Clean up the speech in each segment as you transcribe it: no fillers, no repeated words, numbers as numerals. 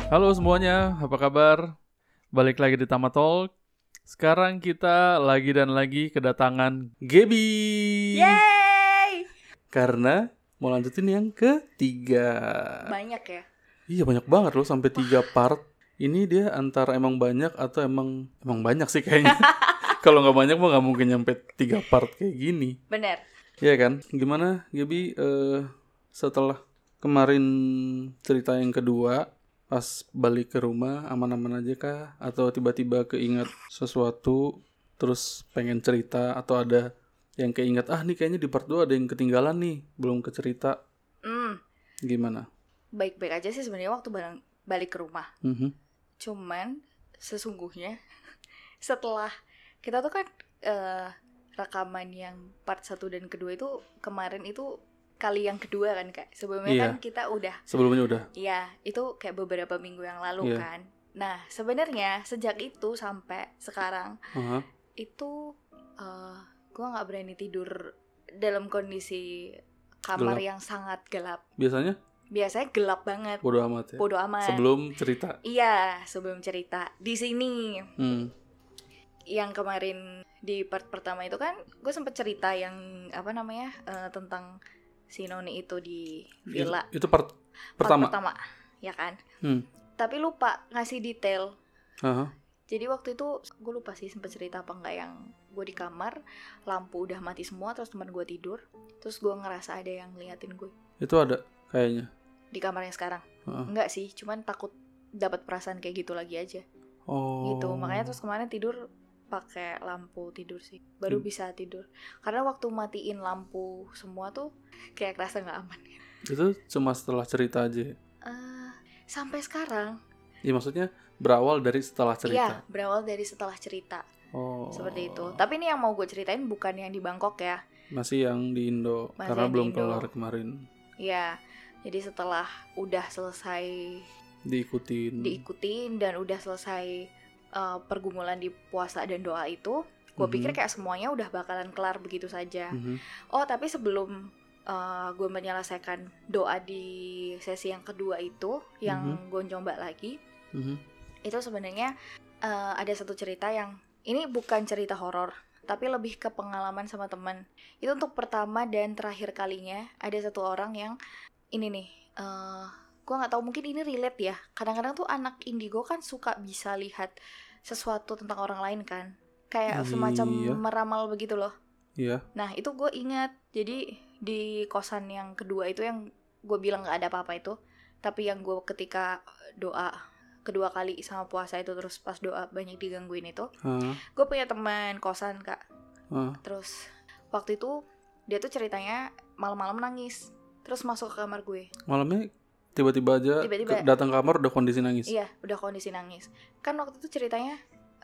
Halo semuanya, apa kabar? Balik lagi di Tama Talk. Sekarang kita lagi dan lagi kedatangan Gaby. Yeay! Karena mau lanjutin yang ketiga. Banyak ya? Iya banyak banget loh, sampai 3 part. Ini dia antara emang banyak atau emang banyak sih kayaknya. Kalau nggak banyak mah nggak mungkin nyampe 3 part kayak gini. Bener. Iya kan? Gimana Gaby setelah kemarin cerita yang kedua, pas balik ke rumah aman-aman aja kah? Atau tiba-tiba keinget sesuatu terus pengen cerita, atau ada yang keinget, nih kayaknya di part 2 ada yang ketinggalan nih, belum kecerita. Gimana? Baik-baik aja sih sebenarnya waktu balik ke rumah. Mhm. Cuman sesungguhnya setelah kita tuh kan rekaman yang part 1 dan kedua itu kemarin itu kali yang kedua kan Kak. Sebelumnya Iya. kan kita udah. Sebelumnya udah. Iya, itu kayak beberapa minggu yang lalu kan. Nah, sebenarnya sejak itu sampai sekarang Aha. itu gue nggak berani tidur dalam kondisi kamar Gelap. yang sangat gelap. Biasanya Gelap banget. bodo amat ya. Bodo amat. Sebelum cerita. Iya, sebelum cerita. Di sini yang kemarin di part pertama itu kan gue sempet cerita yang tentang si Noni itu di villa. Itu part pertama. Ya kan? Tapi lupa ngasih detail. Aha. Jadi waktu itu gue lupa sih sempet cerita apa enggak, yang gue di kamar, lampu udah mati semua, terus teman gue tidur, terus gue ngerasa ada yang ngeliatin gue. Itu ada kayaknya. Di kamar yang sekarang. Enggak sih, cuman takut dapat perasaan kayak gitu lagi aja. Oh. Gitu, makanya terus kemarin tidur pakai lampu tidur sih. Baru bisa tidur. Karena waktu matiin lampu semua tuh kayak kerasa nggak aman. Itu cuma setelah cerita aja. Sampai sekarang. Iya, maksudnya berawal dari setelah cerita. Iya, berawal dari setelah cerita. Oh. Seperti itu. Tapi ini yang mau gue ceritain bukan yang di Bangkok ya. Masih yang di Indo. Masih karena yang belum di Indo. kelar kemarin. Iya. Jadi setelah udah selesai diikutin dan udah selesai pergumulan di puasa dan doa itu, gue pikir kayak semuanya udah bakalan kelar begitu saja. Oh, tapi sebelum gue menyelesaikan doa di sesi yang kedua itu, yang gue coba lagi, itu sebenarnya ada satu cerita yang ini bukan cerita horor, tapi lebih ke pengalaman sama teman. Itu untuk pertama dan terakhir kalinya ada satu orang yang ini nih, gue nggak tahu, mungkin ini relate ya. Kadang-kadang tuh anak indigo kan suka bisa lihat sesuatu tentang orang lain kan, kayak semacam meramal begitu loh. Iya. Nah itu gue ingat, jadi di kosan yang kedua itu yang gue bilang nggak ada apa-apa itu, tapi yang gue ketika doa kedua kali sama puasa itu, terus pas doa banyak digangguin itu, gue punya teman kosan Kak. Terus waktu itu dia tuh ceritanya malam-malam nangis, terus masuk ke kamar gue. Malamnya tiba-tiba aja datang kamar udah kondisi nangis. Iya, udah kondisi nangis. Kan waktu itu ceritanya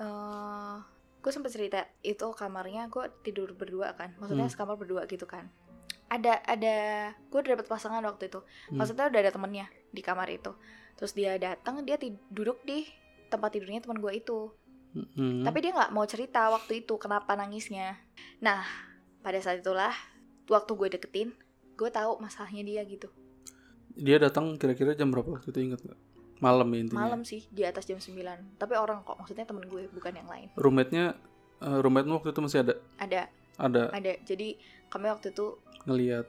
gue sempet cerita itu kamarnya gue tidur berdua kan, maksudnya sekamar berdua gitu kan. Ada gue udah dapet pasangan waktu itu. Maksudnya udah ada temennya di kamar itu. Terus dia datang, dia duduk di tempat tidurnya teman gue itu. Tapi dia nggak mau cerita waktu itu kenapa nangisnya. Nah, pada saat itulah waktu gue deketin, gue tahu masalahnya dia gitu. Dia datang kira-kira jam berapa waktu itu, ingat nggak? Malam ya intinya. Malam sih, di atas jam 9. Tapi orang kok, maksudnya temen gue, bukan yang lain. Roommate-nya waktu itu masih ada? Ada. Jadi kami waktu itu ngelihat.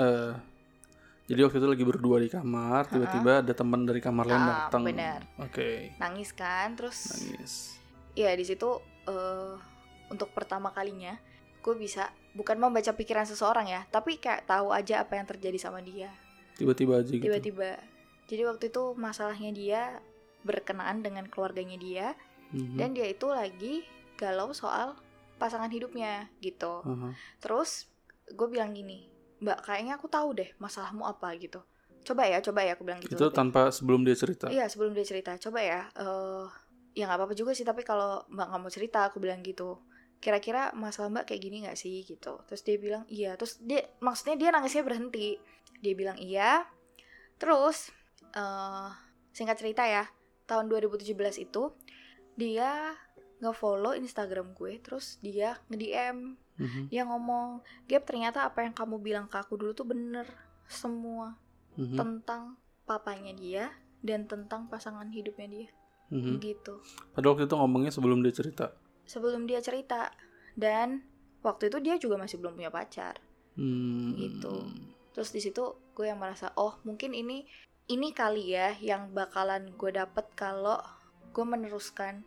Jadi waktu itu lagi berdua di kamar, tiba-tiba ada teman dari kamar lain datang. Benar. Oke. Nangis kan, terus. Nangis. Iya, di situ untuk pertama kalinya gue bisa bukan membaca pikiran seseorang ya, tapi kayak tahu aja apa yang terjadi sama dia. Tiba-tiba aja gitu. Tiba-tiba. Jadi waktu itu masalahnya dia berkenaan dengan keluarganya dia, dan dia itu lagi galau soal pasangan hidupnya gitu. Terus gue bilang gini, Mbak, kayaknya aku tahu deh masalahmu apa gitu. Coba ya aku bilang gitu. Itu tanpa sebelum dia cerita? Iya, sebelum dia cerita. Coba ya, ya gak apa-apa juga sih, tapi kalau Mbak gak mau cerita, aku bilang gitu, kira-kira masalah Mbak kayak gini gak sih gitu. Terus dia bilang iya. Terus maksudnya dia nangisnya berhenti. Dia bilang iya. Terus singkat cerita ya, tahun 2017 itu dia nge-follow Instagram gue. Terus dia nge-DM, dia ngomong, Gap, ternyata apa yang kamu bilang ke aku dulu tuh bener semua. Tentang papanya dia dan tentang pasangan hidupnya dia. Gitu. Padahal waktu itu ngomongnya sebelum dia cerita. Sebelum dia cerita. Dan waktu itu dia juga masih belum punya pacar. Gitu. Terus di situ gue yang merasa, oh mungkin ini kali ya yang bakalan gue dapet kalau gue meneruskan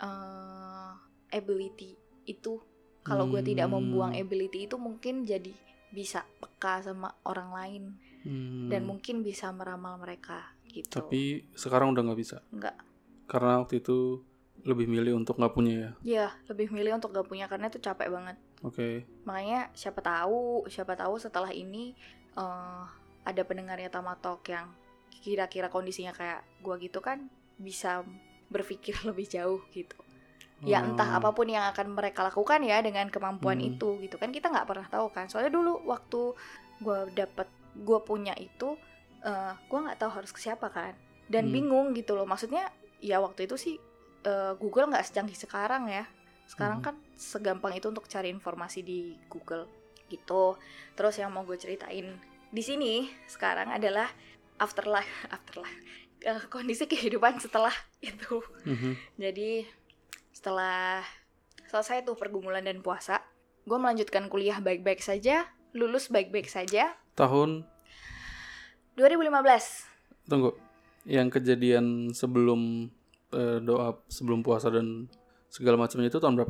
ability itu. Kalau gue tidak membuang ability itu, mungkin jadi bisa peka sama orang lain. Dan mungkin bisa meramal mereka gitu. Tapi sekarang udah gak bisa? Enggak. Karena waktu itu lebih milih untuk gak punya ya? Iya, lebih milih untuk gak punya karena itu capek banget. Oke. Makanya siapa tahu setelah ini ada pendengarnya Tamatalk yang kira-kira kondisinya kayak gue gitu kan, bisa berpikir lebih jauh gitu. Ya entah apapun yang akan mereka lakukan ya dengan kemampuan itu gitu kan, kita nggak pernah tahu kan. Soalnya dulu waktu gue punya itu gue nggak tahu harus ke siapa kan, dan bingung gitu loh. Maksudnya ya waktu itu sih Google nggak secanggih sekarang ya. Sekarang kan segampang itu untuk cari informasi di Google gitu. Terus yang mau gue ceritain di sini sekarang adalah afterlife kondisi kehidupan setelah itu. Jadi setelah selesai tuh pergumulan dan puasa, gue melanjutkan kuliah baik-baik saja, lulus baik-baik saja. Tahun 2015. Tunggu, yang kejadian sebelum doa sebelum puasa dan segala macamnya itu tahun berapa?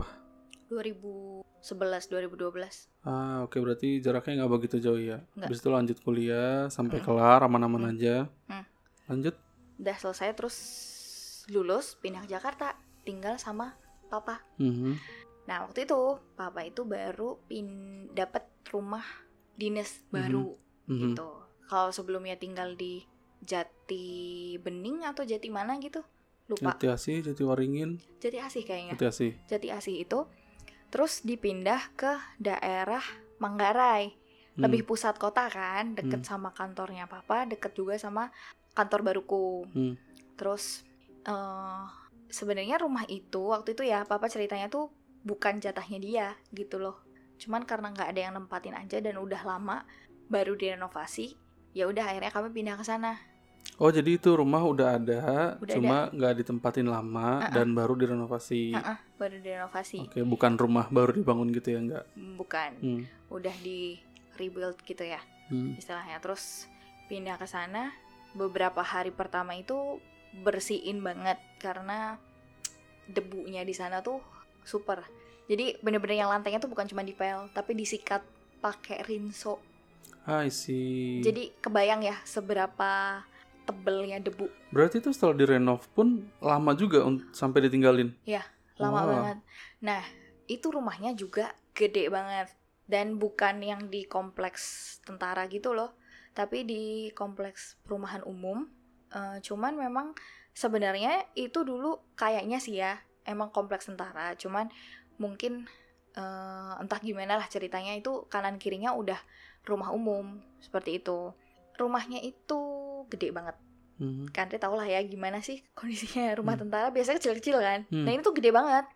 2011, 2012. Oke, berarti jaraknya nggak begitu jauh ya. Habis itu lanjut kuliah sampai kelar aman-aman aja. Lanjut. Udah selesai terus lulus, pindah ke Jakarta, tinggal sama papa. Nah waktu itu papa itu baru dapat rumah dinas baru gitu. Kalau sebelumnya tinggal di Jati Bening atau Jati mana gitu, lupa. Jati Asih, Jati Waringin. Jati Asih kayaknya. Jati Asih itu. Terus dipindah ke daerah Manggarai, lebih pusat kota kan, deket sama kantornya papa, deket juga sama kantor baruku. Terus sebenarnya rumah itu waktu itu ya papa ceritanya tuh bukan jatahnya dia gitu loh. Cuman karena nggak ada yang nempatin aja dan udah lama baru direnovasi, ya udah akhirnya kami pindah ke sana. Oh jadi itu rumah udah ada, cuma nggak ditempatin lama dan baru direnovasi. Baru direnovasi. Oke, bukan rumah baru dibangun gitu ya, nggak? Bukan, udah di rebuild gitu ya istilahnya. Terus pindah ke sana, beberapa hari pertama itu bersihin banget karena debunya di sana tuh super. Jadi bener-bener yang lantainya tuh bukan cuma dipel, tapi disikat pakai rinso. I see. Jadi kebayang ya seberapa tebelnya debu. Berarti itu setelah direnov pun lama juga sampai ditinggalin? Ya, lama banget. Nah, itu rumahnya juga gede banget. Dan bukan yang di kompleks tentara gitu loh, tapi di kompleks perumahan umum. Cuman memang sebenarnya itu dulu kayaknya sih ya emang kompleks tentara. Cuman mungkin entah gimana lah ceritanya, itu kanan kirinya udah rumah umum seperti itu. Rumahnya itu gede banget. Kan tau lah ya gimana sih kondisinya rumah tentara, biasanya kecil-kecil kan. Nah ini tuh gede banget.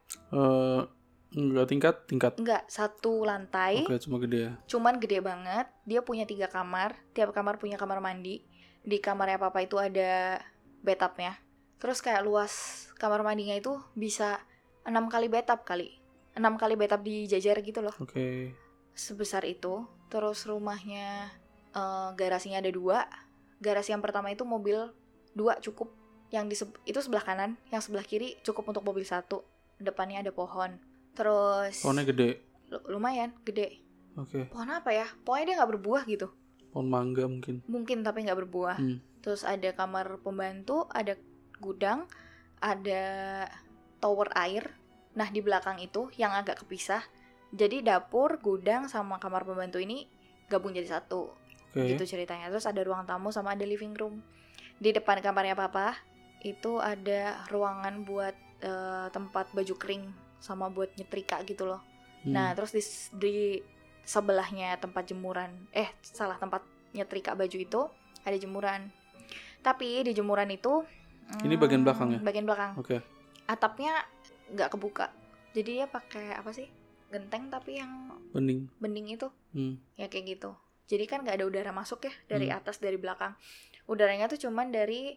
Enggak tingkat? Enggak, satu lantai. Oke, cuma gede ya. Cuman gede banget. Dia punya 3 kamar. Tiap kamar punya kamar mandi. Di kamarnya papa itu ada bathtubnya. Terus kayak luas kamar mandinya itu bisa 6 kali bathtub kali. 6 kali bathtub dijajar gitu loh. Oke. Sebesar itu. Terus rumahnya garasinya ada 2. Garasi yang pertama itu mobil 2 cukup. Yang itu sebelah kanan. Yang sebelah kiri cukup untuk mobil 1. Depannya ada pohon. Terus pohonnya gede? Lumayan gede. Oke. Pohon apa ya? Pokoknya dia gak berbuah gitu. Pohon mangga mungkin. Mungkin tapi gak berbuah. Terus ada kamar pembantu, ada gudang, ada tower air. Nah di belakang itu yang agak kepisah. Jadi dapur, gudang, sama kamar pembantu ini gabung jadi satu. Gitu ceritanya. Terus ada ruang tamu sama ada living room. Di depan kamarnya papa itu ada ruangan buat tempat baju kering sama buat nyetrika gitu loh. Nah terus di sebelahnya tempat jemuran, tempat nyetrika baju itu ada jemuran. Tapi di jemuran itu ini bagian belakang ya? Bagian belakang. Oke. Atapnya nggak kebuka. Jadi dia pakai apa sih? Genteng tapi yang bening itu. Ya kayak gitu. Jadi kan nggak ada udara masuk ya dari atas, dari belakang. Udaranya tuh cuman dari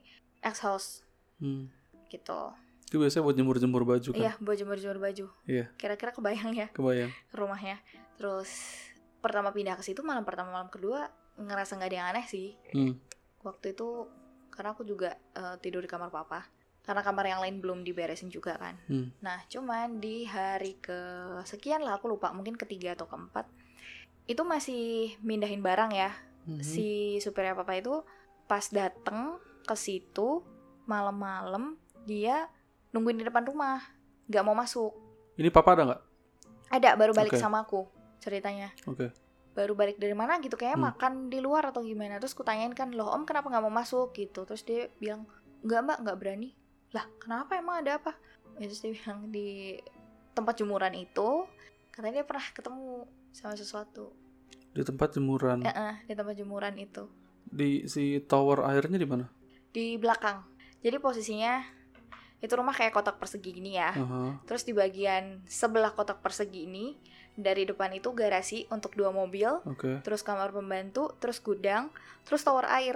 ex-house gitu. Itu biasanya buat jemur-jemur baju kan? Iya, buat jemur-jemur baju. Iya. Kira-kira kebayang ya? Kebayang. Rumahnya. Terus pertama pindah ke situ, malam pertama malam kedua ngerasa nggak ada yang aneh sih. Waktu itu karena aku juga tidur di kamar papa. Karena kamar yang lain belum diberesin juga kan. Nah, cuman di hari kesekian lah, aku lupa, mungkin ketiga atau keempat, itu masih mindahin barang ya. Si supirnya papa itu pas dateng ke situ malam-malam, dia nungguin di depan rumah, nggak mau masuk. Ini papa ada nggak? Ada, baru balik sama aku ceritanya. Baru balik dari mana gitu, kayaknya makan di luar atau gimana. Terus kutanyain kan, loh om kenapa nggak mau masuk gitu. Terus dia bilang, nggak mbak, nggak berani. Lah kenapa, emang ada apa? Terus dia bilang di tempat jemuran itu katanya dia pernah ketemu sama sesuatu. Di tempat jemuran? Di tempat jemuran itu. Di si tower airnya di mana? Di belakang. Jadi posisinya itu rumah kayak kotak persegi gini ya. Terus di bagian sebelah kotak persegi ini, dari depan itu garasi untuk 2 mobil. Terus kamar pembantu, terus gudang, terus tower air.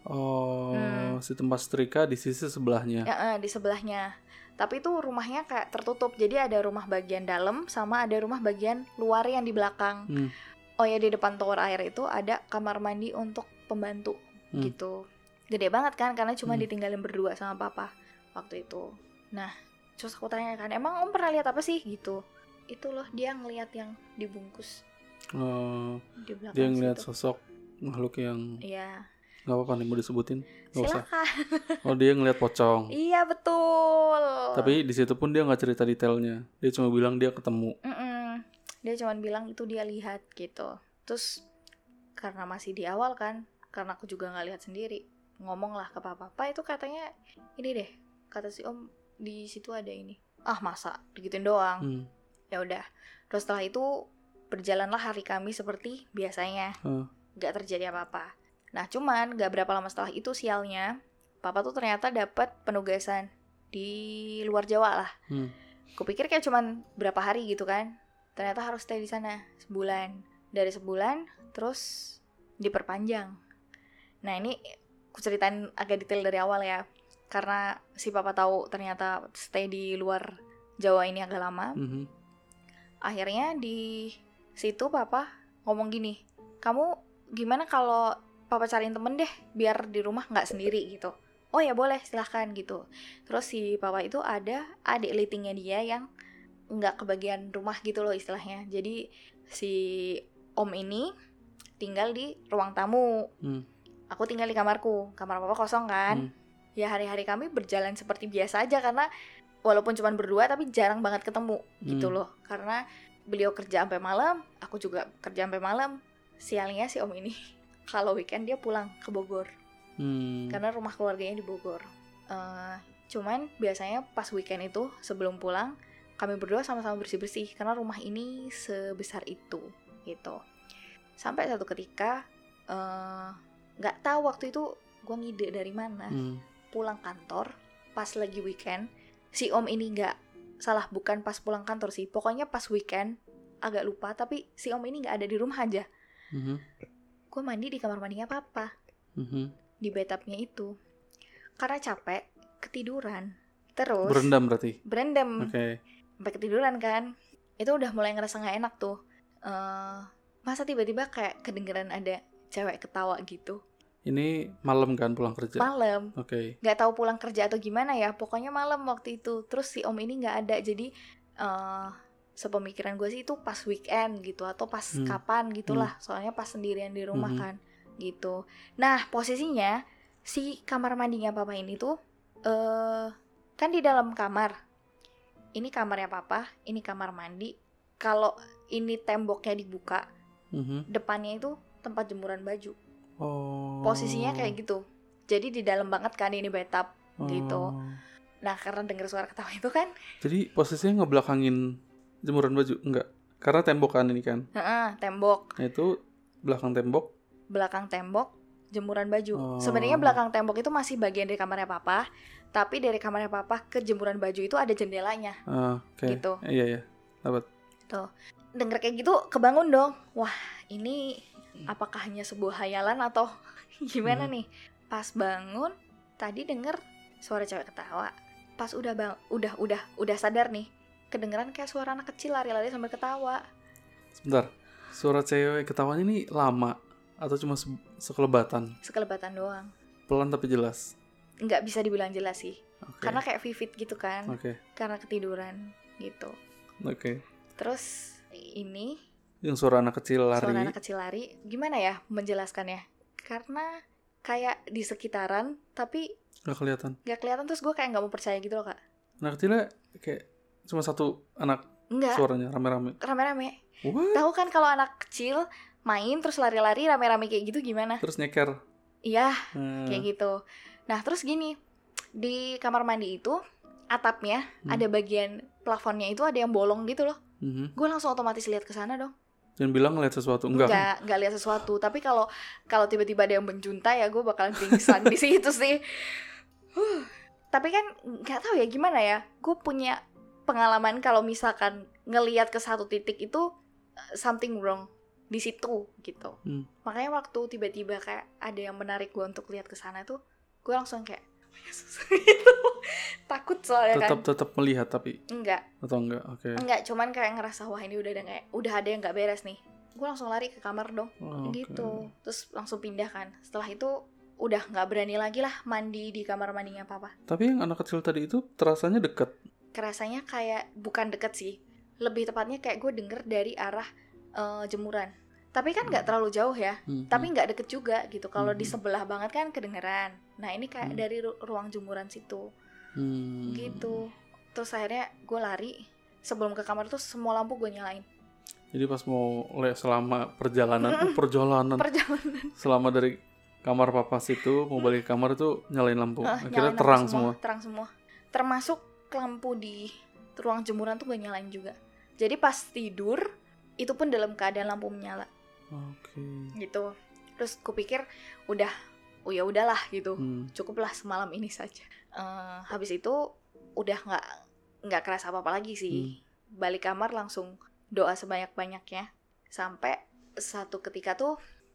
Si tempat setrika di sisi sebelahnya. Di sebelahnya. Tapi itu rumahnya kayak tertutup. Jadi ada rumah bagian dalam sama ada rumah bagian luar yang di belakang. Oh ya, di depan tower air itu ada kamar mandi untuk pembantu gitu. Gede banget kan, karena cuma ditinggalin berdua sama papa waktu itu. Nah, terus aku tanya kan, emang om pernah lihat apa sih gitu? Itu loh, dia ngelihat yang dibungkus. Di belakang dia ngelihat situ. Sosok makhluk yang... Iya. Gak apa-apa nih, mau disebutin? Gak usah. Silakan. Dia ngelihat pocong. Iya betul. Tapi di situ pun dia nggak cerita detailnya. Dia cuma bilang dia ketemu. Dia cuma bilang itu dia lihat gitu. Terus karena masih di awal kan, karena aku juga nggak lihat sendiri, ngomong lah ke papa itu katanya ini deh, kata si om di situ ada ini. Masa digituin doang. Ya udah. Terus setelah itu berjalanlah hari kami seperti biasanya. Nggak terjadi apa-apa. Nah cuman gak berapa lama setelah itu sialnya, papa tuh ternyata dapat penugasan di luar Jawa lah. Kupikir kayak cuman berapa hari gitu kan, ternyata harus stay di sana sebulan. Dari sebulan terus diperpanjang. Nah ini aku ceritain agak detail dari awal ya, karena si papa tahu ternyata stay di luar Jawa ini agak lama. Akhirnya di situ papa ngomong gini, kamu gimana kalau papa cariin temen deh biar di rumah nggak sendiri gitu. Oh ya boleh, silahkan gitu. Terus si papa itu ada adik litingnya dia yang nggak kebagian rumah gitu loh istilahnya. Jadi si om ini tinggal di ruang tamu. Aku tinggal di kamarku. Kamar papa kosong kan. Ya hari-hari kami berjalan seperti biasa aja, karena walaupun cuma berdua tapi jarang banget ketemu gitu loh. Karena beliau kerja sampai malam, aku juga kerja sampai malam. Sialnya si om ini kalau weekend dia pulang ke Bogor. Karena rumah keluarganya di Bogor. Cuman biasanya pas weekend itu sebelum pulang, kami berdua sama-sama bersih-bersih karena rumah ini sebesar itu gitu. Sampai satu ketika gak tahu waktu itu gue ngide dari mana, pulang kantor pas lagi weekend. Si om ini bukan pas pulang kantor sih, pokoknya pas weekend, agak lupa, tapi si om ini gak ada di rumah aja. Gue mandi di kamar mandinya papa, di bathtubnya itu. Karena capek, ketiduran. Terus berendam berarti? Berendam. Sampai ketiduran kan. Itu udah mulai ngerasa gak enak tuh. Masa tiba-tiba kayak kedengeran ada cewek ketawa gitu. Ini malam kan pulang kerja? Malam. Gak tahu pulang kerja atau gimana ya, pokoknya malam waktu itu. Terus si om ini gak ada. Jadi sepemikiran gue sih itu pas weekend gitu, atau pas kapan gitulah. Soalnya pas sendirian di rumah kan gitu. Nah posisinya si kamar mandinya papa ini tuh kan di dalam kamar. Ini kamarnya papa, ini kamar mandi. Kalau ini temboknya dibuka, depannya itu tempat jemuran baju. Posisinya kayak gitu. Jadi di dalam banget kan ini bathtub gitu. Nah karena denger suara ketawa itu kan, jadi posisinya ngebelakangin jemuran baju? Enggak, karena tembok kan ini kan? Tembok. Nah itu belakang tembok? Belakang tembok jemuran baju. Sebenarnya belakang tembok itu masih bagian dari kamarnya papa, tapi dari kamarnya papa ke jemuran baju itu ada jendelanya. Gitu. Iya. Dapat. Tuh. Denger kayak gitu kebangun dong. Wah, ini apakah hanya sebuah hayalan atau gimana nih? Pas bangun, tadi denger suara cewek ketawa. Pas udah sadar nih, kedengeran kayak suara anak kecil lari-lari sambil ketawa. Sebentar, suara cewek ketawanya ini lama atau cuma sekelebatan? Sekelebatan doang. Pelan tapi jelas? Nggak bisa dibilang jelas sih. Okay. Karena kayak vivid gitu kan. Okay. Karena ketiduran gitu. Oke. Okay. Terus ini yang suara anak kecil lari. Suara anak kecil lari, gimana ya menjelaskannya? Karena kayak di sekitaran tapi Gak kelihatan terus gue kayak nggak mau percaya gitu loh Kak. Anak kecilnya kayak cuma satu anak? Enggak. Suaranya rame-rame. What? Tahu kan kalau anak kecil main terus lari-lari rame-rame kayak gitu gimana? Terus nyeker. Iya, kayak gitu. Nah terus gini, di kamar mandi itu atapnya ada bagian plafonnya itu ada yang bolong gitu loh. Gue langsung otomatis lihat ke sana dong. Dan bilang ngeliat sesuatu? Enggak lihat sesuatu. Tapi kalau tiba-tiba ada yang menjuntai ya gue bakalan pingsan di situ sih. Tapi kan nggak tahu ya gimana ya. Gue punya pengalaman kalau misalkan ngelihat ke satu titik itu something wrong di situ gitu. Makanya waktu tiba-tiba kayak ada yang menarik gue untuk lihat ke sana tuh, gue langsung kayak gitu. Takut soalnya tetap melihat tapi enggak. Atau enggak? Oke. Enggak, cuman kayak ngerasa wah ini udah ada yang nggak beres nih. Gue langsung lari ke kamar dong. Gitu. Terus langsung pindah kan. Setelah itu udah nggak berani lagi lah mandi di kamar mandinya papa. Tapi yang anak kecil tadi itu terasanya deket? Kerasanya kayak bukan deket sih. Lebih tepatnya kayak gue denger dari arah jemuran. Tapi kan nggak terlalu jauh ya. Tapi nggak deket juga gitu. Kalau di sebelah banget kan kedengeran. Nah ini kayak dari ruang jemuran situ. Gitu. Terus akhirnya gue lari. Sebelum ke kamar tuh semua lampu gue nyalain. Jadi pas mau selama perjalanan. Selama dari kamar papa situ mau balik ke kamar itu nyalain lampu. Akhirnya terang semua. Termasuk lampu di ruang jemuran tuh gue nyalain juga. Jadi pas tidur itu pun dalam keadaan lampu menyala. Gitu. Terus kupikir udahlah gitu. Cukuplah semalam ini saja. Habis itu udah nggak kerasa apa-apa lagi sih. Balik kamar langsung doa sebanyak-banyaknya. Sampai satu ketika tuh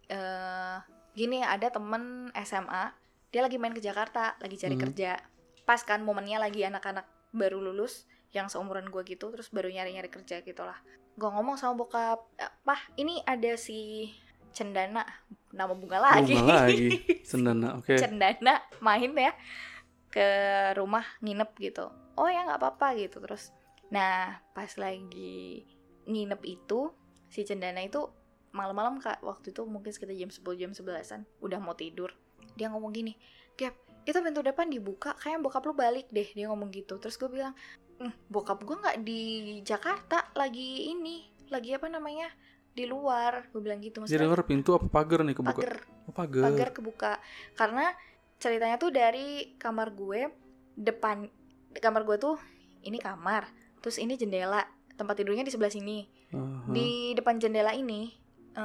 gini, ada temen SMA, dia lagi main ke Jakarta, lagi cari kerja. Pas kan momennya lagi anak-anak baru lulus yang seumuran gue gitu, terus baru nyari-nyari kerja gitulah. Gue ngomong sama bokap, "Pah, ini ada si Cendana, nama bunga lagi. Cendana, oke. Cendana main ya ke rumah nginep gitu." "Oh ya nggak apa-apa" gitu. Terus, nah pas lagi nginep itu si Cendana itu malam-malam Kak, waktu itu mungkin sekitar jam 10 jam 11-an, udah mau tidur. Dia ngomong gini, "Gap, itu pintu depan dibuka, kayaknya bokap lu balik deh." Dia ngomong gitu. Terus gue bilang, bokap gue nggak di Jakarta, lagi apa namanya, di luar. Gue bilang gitu. Di luar pintu apa pagar nih kebuka? Pagar kebuka. Karena ceritanya tuh dari kamar gue, depan kamar gue tuh ini kamar, terus ini jendela, tempat tidurnya di sebelah sini. Di depan jendela ini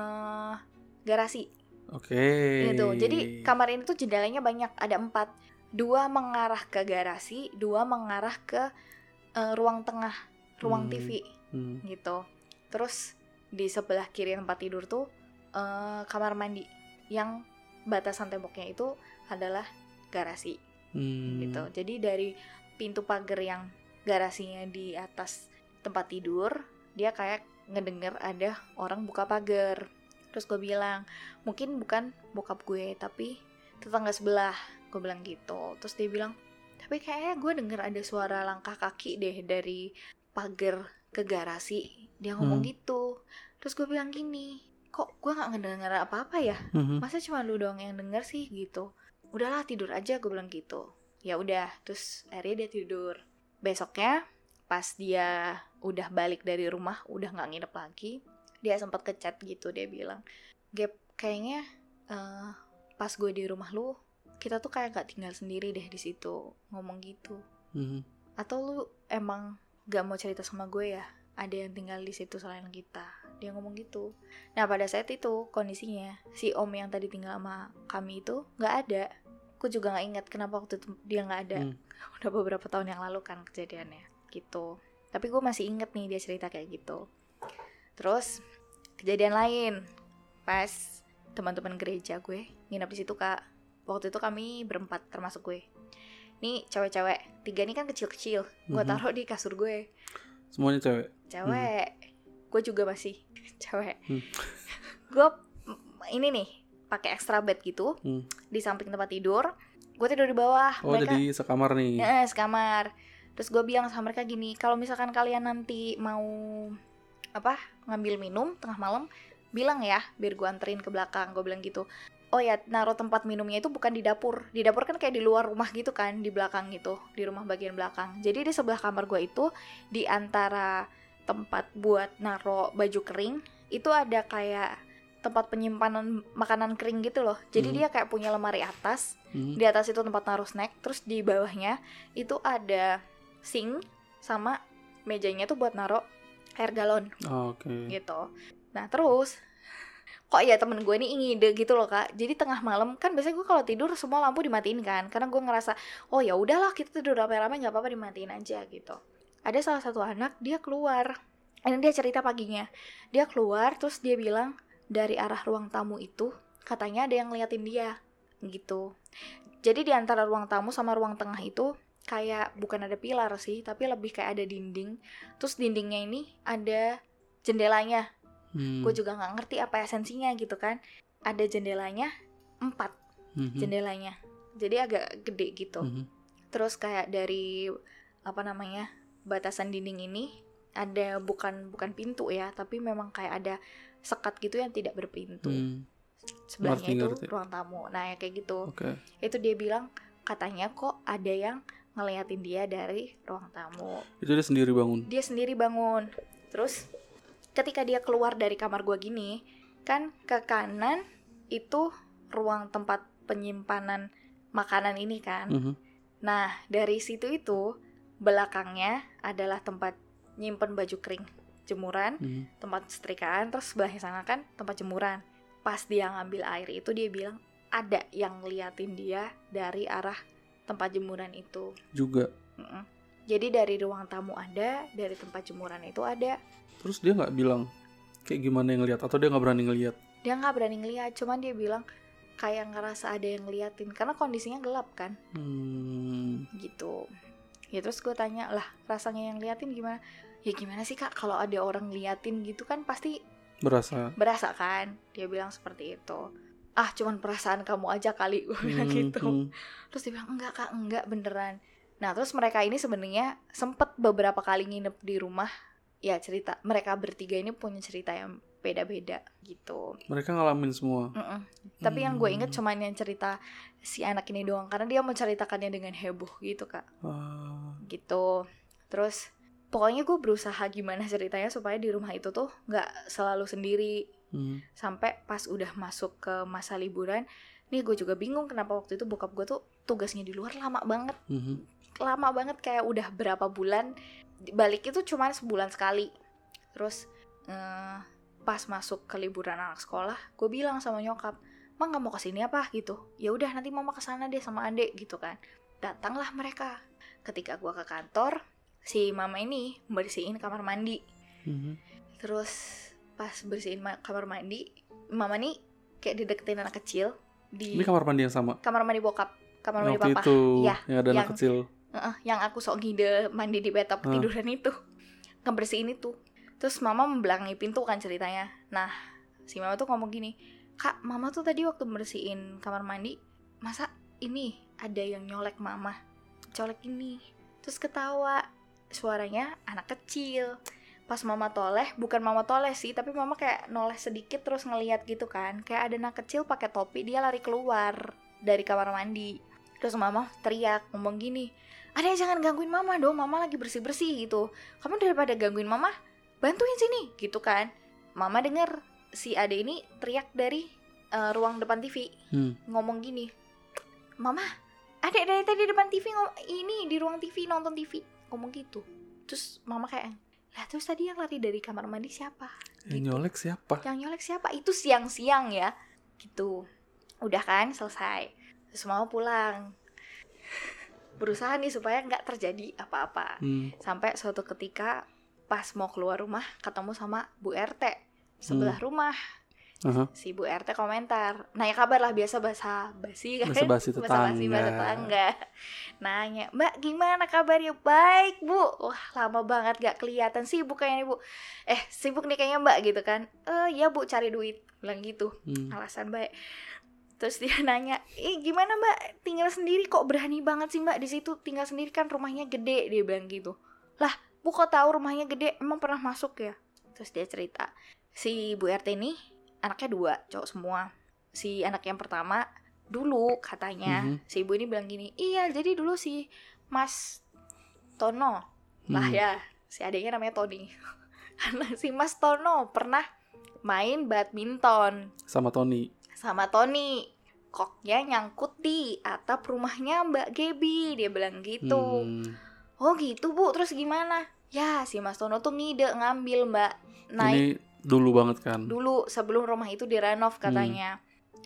garasi. Gitu. Jadi kamar ini tuh jendelanya banyak, ada 4. 2 mengarah ke garasi, 2 mengarah ke ruang tengah, ruang TV. Gitu. Terus di sebelah kiri tempat tidur tuh kamar mandi yang batasan temboknya itu adalah garasi. Gitu. Jadi dari pintu pagar yang garasinya di atas tempat tidur, dia kayak ngedenger ada orang buka pagar. Terus gue bilang, mungkin bukan bokap gue, tapi tetangga sebelah. Gue bilang gitu. Terus dia bilang, tapi kayaknya gue denger ada suara langkah kaki deh dari pagar ke garasi. Dia ngomong gitu. Terus gue bilang gini, kok gue gak ngedenger apa-apa ya? Masa cuma lu doang yang denger sih gitu? Udahlah tidur aja, gue bilang gitu. Ya udah, terus akhirnya dia tidur. Besoknya pas dia udah balik dari rumah, udah gak nginep lagi, dia sempat ngechat gitu. Dia bilang, "Gap, kayaknya pas gue di rumah lu, kita tuh kayak gak tinggal sendiri deh di situ." Ngomong gitu. Atau lu emang gak mau cerita sama gue ya? Ada yang tinggal di situ selain kita. Dia ngomong gitu. Nah pada saat itu kondisinya si om yang tadi tinggal sama kami itu gak ada. Aku juga gak ingat kenapa waktu itu dia gak ada. Udah beberapa tahun yang lalu kan kejadiannya gitu. Tapi gue masih inget nih dia cerita kayak gitu. Terus kejadian lain, pas teman-teman gereja gue nginep di situ Kak. Waktu itu kami berempat termasuk gue. Nih cewek-cewek, 3 nih kan kecil-kecil. Gue taruh di kasur gue. Semuanya cewek? Cewek. Gue juga masih cewek. Gue ini nih pakai extra bed gitu di samping tempat tidur. Gue tidur di bawah. Oh, mereka, jadi sekamar nih? Sekamar. Terus gue bilang sama mereka gini, kalau misalkan kalian nanti mau ngambil minum tengah malam, bilang ya, biar gue anterin ke belakang. Gue bilang gitu. Oh ya, naruh tempat minumnya itu bukan di dapur. Di dapur kan kayak di luar rumah gitu kan, di belakang gitu, di rumah bagian belakang. Jadi di sebelah kamar gue itu, di antara tempat buat naruh baju kering, itu ada kayak tempat penyimpanan makanan kering gitu loh. Jadi dia kayak punya lemari atas. Di atas itu tempat naruh snack. Terus di bawahnya itu ada sink sama mejanya tuh buat naruh air galon. Gitu. Nah terus kok ya temen gue ini ngide gitu loh kak. Jadi tengah malam kan biasanya gue kalau tidur semua lampu dimatiin kan, karena gue ngerasa oh ya udahlah kita tidur rame-rame nggak apa-apa dimatiin aja gitu. Ada salah satu anak dia keluar, ini dia cerita paginya, dia keluar terus dia bilang dari arah ruang tamu itu katanya ada yang ngeliatin dia gitu. Jadi di antara ruang tamu sama ruang tengah itu kayak bukan ada pilar sih, tapi lebih kayak ada dinding. Terus dindingnya ini ada jendelanya. Gue juga gak ngerti apa esensinya gitu kan. Ada jendelanya 4 jendelanya, jadi agak gede gitu. Terus kayak dari batasan dinding ini ada bukan pintu ya, tapi memang kayak ada sekat gitu yang tidak berpintu. Sebelahnya itu ruang tamu. Nah ya kayak gitu. Itu dia bilang katanya kok ada yang ngeliatin dia dari ruang tamu. Itu dia sendiri bangun? Dia sendiri bangun. Terus ketika dia keluar dari kamar gue gini, kan ke kanan itu ruang tempat penyimpanan makanan ini kan. Nah dari situ itu belakangnya adalah tempat nyimpen baju kering, jemuran, tempat setrikaan. Terus sebelahnya sana kan tempat jemuran. Pas dia ngambil air itu dia bilang ada yang ngeliatin dia dari arah tempat jemuran itu juga. Jadi dari ruang tamu ada, dari tempat jemuran itu ada. Terus dia nggak bilang kayak gimana yang ngeliat, atau dia nggak berani ngeliat? Dia nggak berani ngeliat, cuman dia bilang kayak ngerasa ada yang ngeliatin karena kondisinya gelap kan. Gitu. Ya terus gue tanya lah, rasanya yang ngeliatin gimana? Ya gimana sih kak, kalau ada orang ngeliatin gitu kan pasti berasa kan. Dia bilang seperti itu. Cuman perasaan kamu aja kali, gue bilang gitu. Terus dia bilang enggak kak, enggak beneran. Nah terus mereka ini sebenarnya sempet beberapa kali nginep di rumah. Ya cerita, mereka bertiga ini punya cerita yang beda-beda gitu. Mereka ngalamin semua? Tapi yang gue inget cuman yang cerita si anak ini doang, karena dia menceritakannya dengan heboh gitu kak. Gitu. Terus pokoknya gue berusaha gimana ceritanya supaya di rumah itu tuh gak selalu sendiri. Sampai pas udah masuk ke masa liburan, nih gue juga bingung kenapa waktu itu bokap gue tuh tugasnya di luar lama banget. Lama banget, kayak udah berapa bulan. Balik itu cuma sebulan sekali. Terus pas masuk ke liburan anak sekolah, gue bilang sama nyokap, "Mak nggak mau kesini apa?" gitu. Ya udah nanti mama kesana deh sama adek gitu kan. Datanglah mereka. Ketika gue ke kantor, si mama ini bersihin kamar mandi. Terus pas bersihin kamar mandi, mama nih kayak dideketin anak kecil. Ini kamar mandi yang sama? Kamar mandi bokap, kamar mandi papa. Itu ya, yang ada anak kecil. Yang aku sok ngide mandi di bathtub tiduran itu, ngebersihin itu. Terus mama membelangi pintu kan ceritanya. Nah si mama tuh ngomong gini, "Kak, mama tuh tadi waktu bersihin kamar mandi, masa ini ada yang nyolek mama, colek ini." Terus ketawa, suaranya anak kecil. Pas mama toleh, bukan mama toleh sih, tapi mama kayak noleh sedikit terus ngeliat gitu kan, kayak ada anak kecil pakai topi, dia lari keluar dari kamar mandi. Terus mama teriak ngomong gini, "Adek jangan gangguin mama dong, mama lagi bersih-bersih gitu. Kamu daripada gangguin mama, bantuin sini," gitu kan. Mama denger si adek ini teriak dari ruang depan TV. Ngomong gini, "Mama, adek dari tadi depan TV ini di ruang TV nonton TV." Ngomong gitu. Terus mama kayak, "Lah terus tadi yang lari dari kamar mandi siapa?" Yang nyolek siapa? Yang nyolek siapa? Itu siang-siang ya. Gitu. Udah kan, selesai. Terus mama pulang. Berusaha nih supaya gak terjadi apa-apa. Sampai suatu ketika pas mau keluar rumah ketemu sama Bu RT sebelah rumah. Si Bu RT komentar, nanya kabar lah, biasa basa-basi kan, basa-basi tetangga. Nanya, Mbak gimana kabarnya? Baik Bu. Wah lama banget gak kelihatan, sibuk kayaknya Bu. Sibuk nih kayaknya Mbak gitu kan. Ya Bu, cari duit, bilang gitu. Alasan baik. Terus dia nanya, gimana Mbak tinggal sendiri, kok berani banget sih Mbak di situ tinggal sendiri, kan rumahnya gede, dia bilang gitu. Lah Bu kok tahu rumahnya gede, emang pernah masuk ya? Terus dia cerita, si Bu RT ini anaknya 2, cowok semua. Si anak yang pertama dulu katanya, si ibu ini bilang gini, iya jadi dulu si Mas Tono lah ya, si adiknya namanya Tony. Si Mas Tono pernah main badminton sama Tony. Koknya nyangkut di atap rumahnya Mbak Gebi, dia bilang gitu. Oh gitu Bu, terus gimana? Ya si Mas Tono tuh ngide ngambil Mbak, naik. Ini dulu banget kan? Dulu sebelum rumah itu direnov katanya.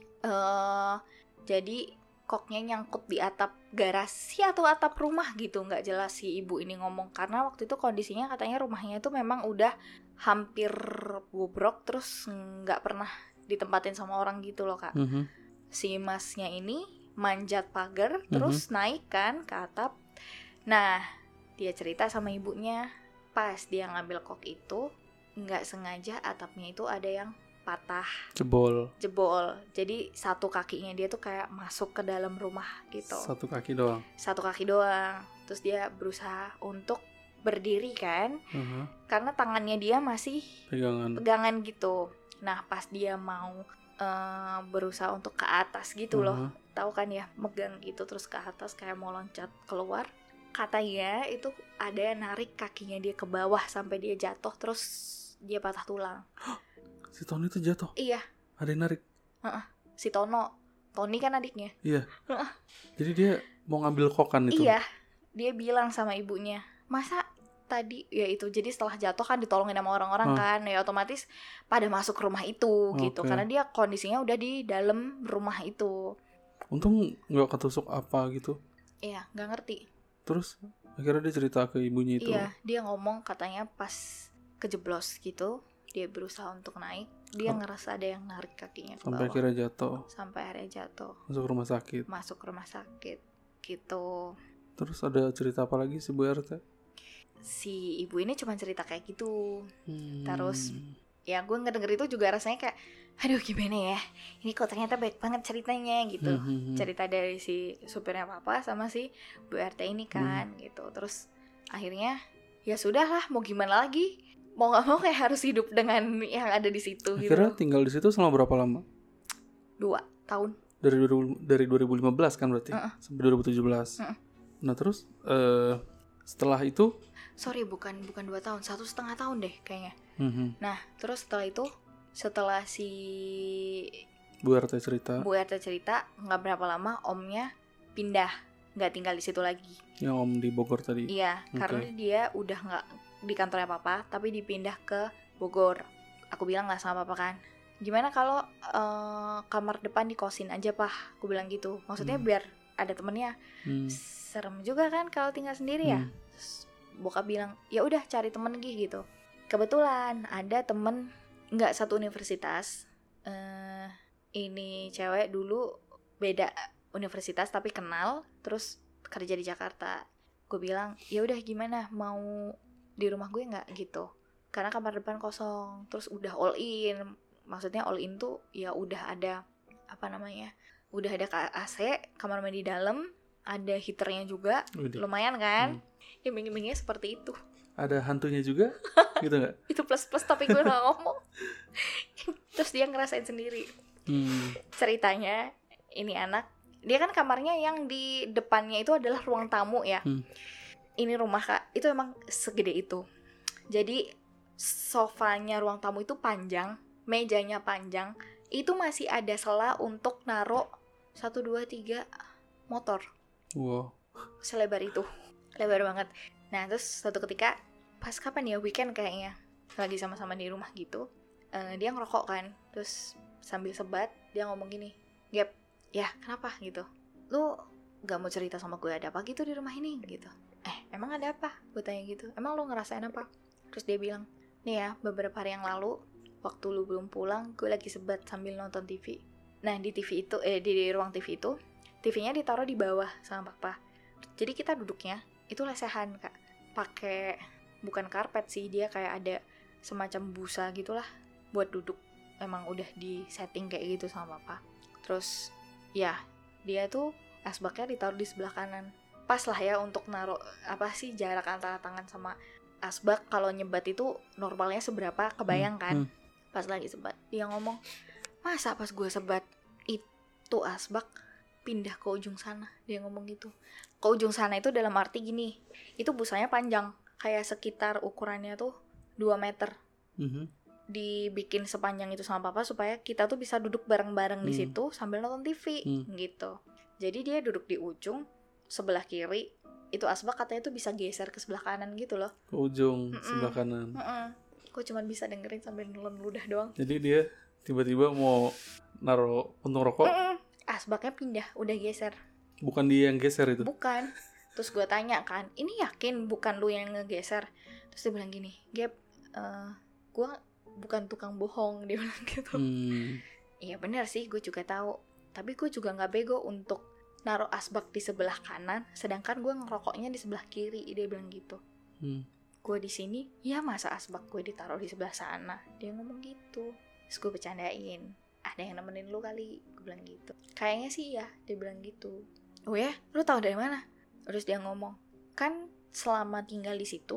Jadi koknya nyangkut di atap garasi atau atap rumah gitu, nggak jelas si ibu ini ngomong, karena waktu itu kondisinya katanya rumahnya itu memang udah hampir bobrok, terus nggak pernah ditempatin sama orang gitu loh Kak. Si masnya ini manjat pagar terus naik kan ke atap. Nah dia cerita sama ibunya, pas dia ngambil kok itu nggak sengaja atapnya itu ada yang patah, jebol. Jadi satu kakinya dia tuh kayak masuk ke dalam rumah gitu. Satu kaki doang. Terus dia berusaha untuk berdiri kan, karena tangannya dia masih pegangan gitu. Nah pas dia mau berusaha untuk ke atas gitu loh, tahu kan ya, megang gitu terus ke atas kayak mau loncat keluar, katanya itu ada yang narik kakinya dia ke bawah sampai dia jatuh, terus dia patah tulang. Si Tony itu jatuh? Iya. Ada yang narik? Si Tony kan adiknya. Iya. Jadi dia mau ngambil kokan itu? Iya. Dia bilang sama ibunya, masa tadi ya itu, jadi setelah jatuh kan ditolongin sama orang-orang kan, ya otomatis pada masuk rumah itu gitu, karena dia kondisinya udah di dalam rumah itu. Untung nggak ketusuk apa gitu. Iya, nggak ngerti. Terus akhirnya dia cerita ke ibunya itu. Iya, dia ngomong katanya pas kejeblos gitu, dia berusaha untuk naik, dia ngerasa ada yang narik kakinya ke bawah. Sampai akhirnya jatuh. Masuk rumah sakit gitu. Terus ada cerita apa lagi si Bu RT? Si ibu ini cuma cerita kayak gitu. Terus ya gue ngedenger itu juga rasanya kayak, aduh gimana ya, ini kok ternyata baik banget ceritanya gitu. Cerita dari si supirnya papa sama si Bu RT ini kan gitu. Terus akhirnya ya sudahlah, mau gimana lagi, mau nggak mau kayak harus hidup dengan yang ada di situ. Akhirnya gitu. Tinggal di situ selama berapa lama? 2 tahun. Dari 2015 kan berarti sampai 2017. Nah terus setelah itu? Sorry, bukan 2 tahun, 1,5 tahun deh kayaknya. Nah terus setelah itu, setelah si Bu RT cerita nggak berapa lama omnya pindah, nggak tinggal di situ lagi. Yang om di Bogor tadi? Iya, karena dia udah nggak di kantornya papa, tapi dipindah ke Bogor. Aku bilang lah sama papa kan, gimana kalau kamar depan dikosin aja Pak, aku bilang gitu. Maksudnya biar ada temennya. Serem juga kan kalau tinggal sendiri ya. Bokap bilang ya udah cari temen gitu. Kebetulan ada temen nggak satu universitas, ini cewek dulu beda universitas tapi kenal, terus kerja di Jakarta. Gue bilang ya udah gimana, mau di rumah gue nggak gitu, karena kamar depan kosong. Terus udah all in, maksudnya all in tuh ya udah ada udah ada AC, kamar mandi dalam, ada heaternya juga. Lumayan kan. Ya minggu-minggunya seperti itu. Ada hantunya juga gitu nggak? Itu plus tapi gue nggak ngomong. Terus dia ngerasain sendiri. Ceritanya ini anak, dia kan kamarnya yang di depannya itu adalah ruang tamu ya. Ini rumah Kak, itu emang segede itu. Jadi sofanya ruang tamu itu panjang, mejanya panjang, itu masih ada sela untuk naruh 1, 2, 3 motor. Wow. Selebar itu, lebar banget. Nah terus suatu ketika pas kapan ya, weekend kayaknya, lagi sama-sama di rumah gitu, dia ngerokok kan, terus sambil sebat dia ngomong gini, Gap, ya kenapa gitu, lu gak mau cerita sama gue ada apa gitu di rumah ini gitu. Emang ada apa? Gue tanya gitu, emang lu ngerasain apa? Terus dia bilang, nih ya, beberapa hari yang lalu waktu lu belum pulang, gue lagi sebat sambil nonton TV. Nah di TV itu, di ruang TV itu, TV-nya ditaruh di bawah sama papa. Jadi kita duduknya itu lesehan kak, pakai bukan karpet sih, dia kayak ada semacam busa gitulah buat duduk. Emang udah di setting kayak gitu sama papa. Terus ya dia tuh asbaknya ditaruh di sebelah kanan. Pas lah ya untuk naruh jarak antara tangan sama asbak. Kalau nyebat itu normalnya seberapa, kebayang kan? Pas lagi sebat dia ngomong, masa pas gue sebat itu asbak pindah ke ujung sana. Dia ngomong gitu. Ke ujung sana itu dalam arti gini, itu busanya panjang, kayak sekitar ukurannya tuh 2 meter. Dibikin sepanjang itu sama papa supaya kita tuh bisa duduk bareng-bareng di situ sambil nonton TV gitu. Jadi dia duduk di ujung sebelah kiri, itu asbak katanya tuh bisa geser ke sebelah kanan gitu loh. Ke ujung sebelah kanan. Gue cuma bisa dengerin sambil nelen ludah doang. Jadi dia tiba-tiba mau naruh puntung rokok. Asbaknya pindah, udah geser. Bukan dia yang geser itu? Bukan. Terus gue tanya kan, ini yakin bukan lu yang ngegeser? Terus dia bilang gini, Gap, gue bukan tukang bohong, dia bilang gitu. Iya benar sih, gue juga tahu. Tapi gue juga nggak bego untuk naruh asbak di sebelah kanan, sedangkan gue ngerokoknya di sebelah kiri, dia bilang gitu. Gue di sini, ya masa asbak gue ditaruh di sebelah sana? Dia ngomong gitu. Terus gue bercandain, ada yang nemenin lu kali, gue bilang gitu. Kayaknya sih ya, dia bilang gitu. Oh ya, lu tahu dari mana? Terus dia ngomong, kan selama tinggal di situ,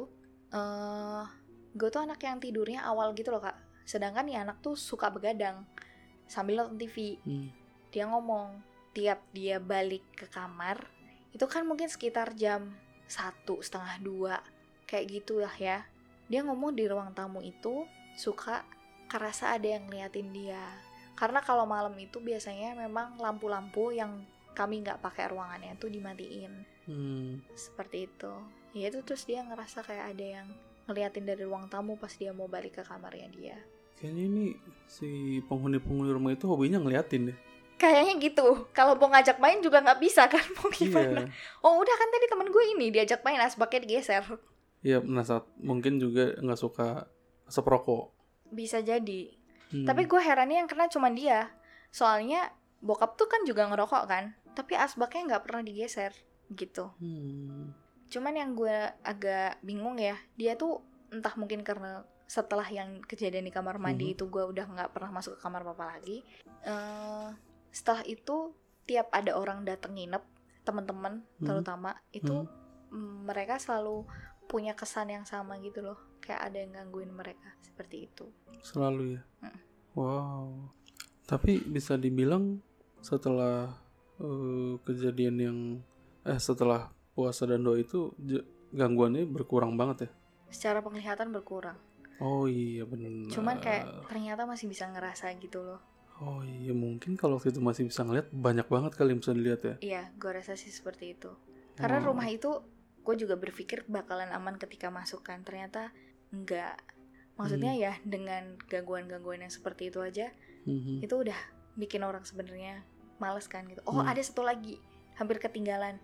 gue tuh anak yang tidurnya awal gitu loh kak. Sedangkan nih anak tuh suka begadang sambil nonton TV. Dia ngomong tiap dia balik ke kamar itu kan mungkin sekitar jam 1:30, 2 kayak gitu lah ya. Dia ngomong di ruang tamu itu suka kerasa ada yang ngeliatin dia. Karena kalau malam itu biasanya memang lampu-lampu yang kami nggak pakai ruangannya tuh dimatiin. Seperti itu. Ya itu terus dia ngerasa kayak ada yang ngeliatin dari ruang tamu pas dia mau balik ke kamarnya dia. Kayaknya ini si penghuni-penghuni rumah itu hobinya ngeliatin deh. Kayaknya gitu. Kalau mau ngajak main juga nggak bisa kan, mau gimana? Oh udah kan tadi temen gue ini diajak main asbaknya digeser. Iya, mungkin juga nggak suka asap rokok. Bisa jadi. Tapi gue herannya yang kena cuma dia. Soalnya bokap tuh kan juga ngerokok kan, tapi asbaknya nggak pernah digeser gitu. Cuman yang gue agak bingung ya, dia tuh entah mungkin karena setelah yang kejadian di kamar mandi itu gue udah nggak pernah masuk ke kamar papa lagi. Setelah itu tiap ada orang dateng nginep, teman-teman terutama itu mereka selalu punya kesan yang sama gitu loh, kayak ada yang gangguin mereka seperti itu. Selalu ya. Wow. Tapi bisa dibilang setelah kejadian yang setelah puasa dan doa itu gangguannya berkurang banget ya? Secara penglihatan berkurang. Oh iya benar. Cuman kayak ternyata masih bisa ngerasa gitu loh. Oh iya, mungkin kalau waktu itu masih bisa ngeliat, banyak banget kali yang bisa dilihat ya. Iya, gue rasa sih seperti itu. Karena rumah itu gue juga berpikir bakalan aman ketika masuk kan, ternyata enggak. Maksudnya ya dengan gangguan-gangguan yang seperti itu aja, itu udah bikin orang sebenarnya males kan gitu. Oh ada satu lagi, hampir ketinggalan.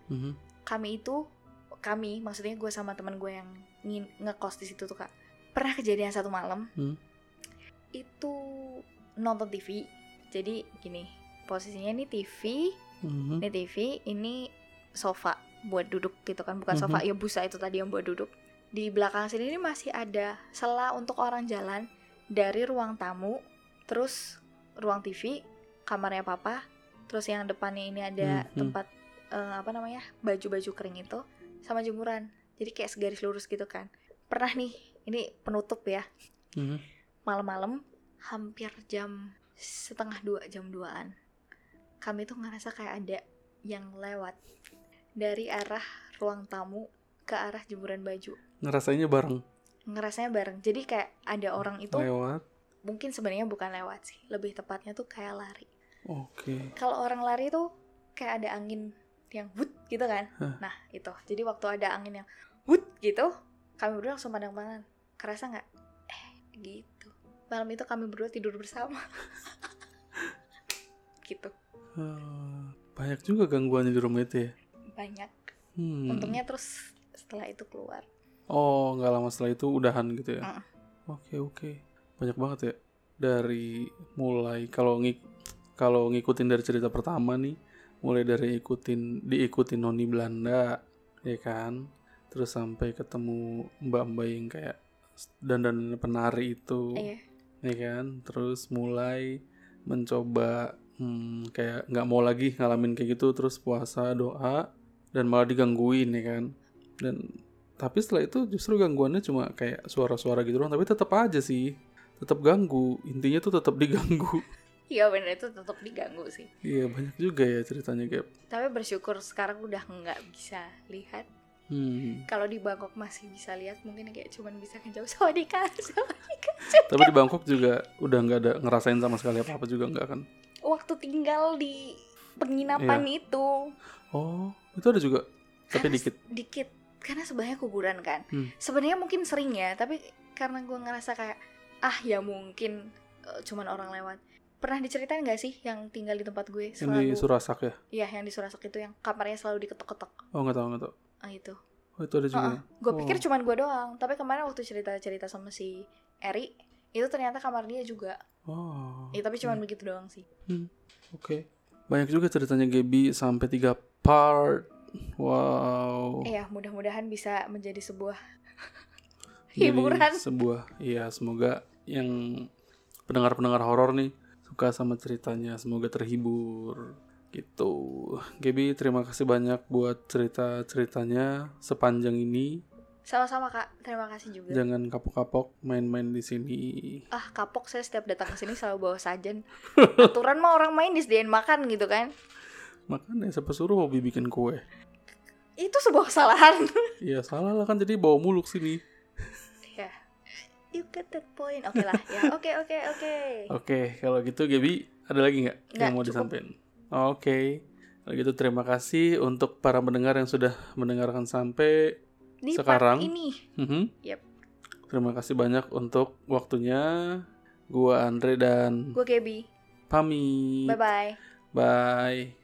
Kami maksudnya gue sama teman gue yang ngekos di situ tuh kak, pernah kejadian satu malam itu nonton TV. Jadi gini, posisinya ini TV, ini TV, ini sofa buat duduk gitu kan, bukan sofa ya busa itu tadi yang buat duduk. Di belakang sini ini masih ada sela untuk orang jalan dari ruang tamu, terus ruang TV, kamarnya papa, terus yang depannya ini ada tempat baju-baju kering itu sama jemuran. Jadi kayak segaris lurus gitu kan. Pernah nih, ini penutup ya. Malam-malam hampir jam 1:30, jam 2-an. Kami tuh ngerasa kayak ada yang lewat dari arah ruang tamu ke arah jemuran baju. Ngerasanya bareng. Jadi kayak ada orang itu lewat. Mungkin sebenarnya bukan lewat sih, lebih tepatnya tuh kayak lari. Oke. Kalau orang lari tuh kayak ada angin yang wut gitu kan. Nah itu. Jadi waktu ada angin yang wut gitu, kami berdua langsung pandang-pandangan. Kerasa nggak? Gitu. Malam itu kami berdua tidur bersama. Gitu. Banyak juga gangguannya di rumah itu ya? Banyak. Untungnya terus setelah itu keluar. Oh, nggak lama setelah itu udahan gitu ya? Oke. Banyak banget ya? dari mulai kalau ngikutin dari cerita pertama nih, mulai dari diikutin noni Belanda, ya kan, terus sampai ketemu mbak-mbak yang kayak dandan penari itu, ya kan, terus mulai mencoba kayak nggak mau lagi ngalamin kayak gitu, terus puasa, doa, dan malah digangguin, ya kan. Dan tapi setelah itu justru gangguannya cuma kayak suara-suara gitu doang, tapi tetap aja sih, tetap ganggu, intinya tuh tetap diganggu. Iya bener, itu tetap diganggu sih. Iya banyak juga ya ceritanya Gap. Tapi bersyukur sekarang udah nggak bisa lihat. Kalau di Bangkok masih bisa lihat, mungkin kayak cuman bisa ngejauh sawadika. Tapi di Bangkok juga udah nggak ada ngerasain sama sekali apa-apa juga nggak kan? Waktu tinggal di penginapan itu. Oh, itu ada juga. Tapi dikit. Karena sebenarnya kuburan kan. Sebenarnya mungkin sering ya, tapi karena gue ngerasa kayak ya mungkin cuman orang lewat. Pernah diceritain gak sih yang tinggal di tempat gue? Yang di Surasak ya? Iya, yang di Surasak itu yang kamarnya selalu diketok-ketok. Oh, nggak tahu. Itu. Oh, itu ada juga. Gue pikir cuman gue doang, tapi kemarin waktu cerita sama si Eri, itu ternyata kamar dia juga. Oh. Tapi cuman begitu doang sih. Oke. Banyak juga ceritanya Gaby, sampai 3 part. Wow. Mudah-mudahan bisa menjadi sebuah hiburan. Semoga yang pendengar-pendengar horor nih suka sama ceritanya, semoga terhibur gitu. Gaby, terima kasih banyak buat cerita-ceritanya sepanjang ini. Sama-sama Kak, terima kasih juga. Jangan kapok-kapok main-main di sini. Kapok, saya setiap datang ke sini selalu bawa sajen. Aturan mah orang main disediain makan gitu kan. Makanya siapa suruh hobi bikin kue? Itu sebuah kesalahan. Iya salah lah kan, jadi bawa muluk sini. Ya, you get that point. Oke lah ya. Oke, kalau gitu Gaby, ada lagi nggak yang mau cukup disampaikan? Oke. Kalau gitu terima kasih untuk para pendengar yang sudah mendengarkan sampai di sekarang. Part ini. Yep. Terima kasih banyak untuk waktunya. Gua Andre dan gua Gaby. Pamit. Bye-bye. Bye.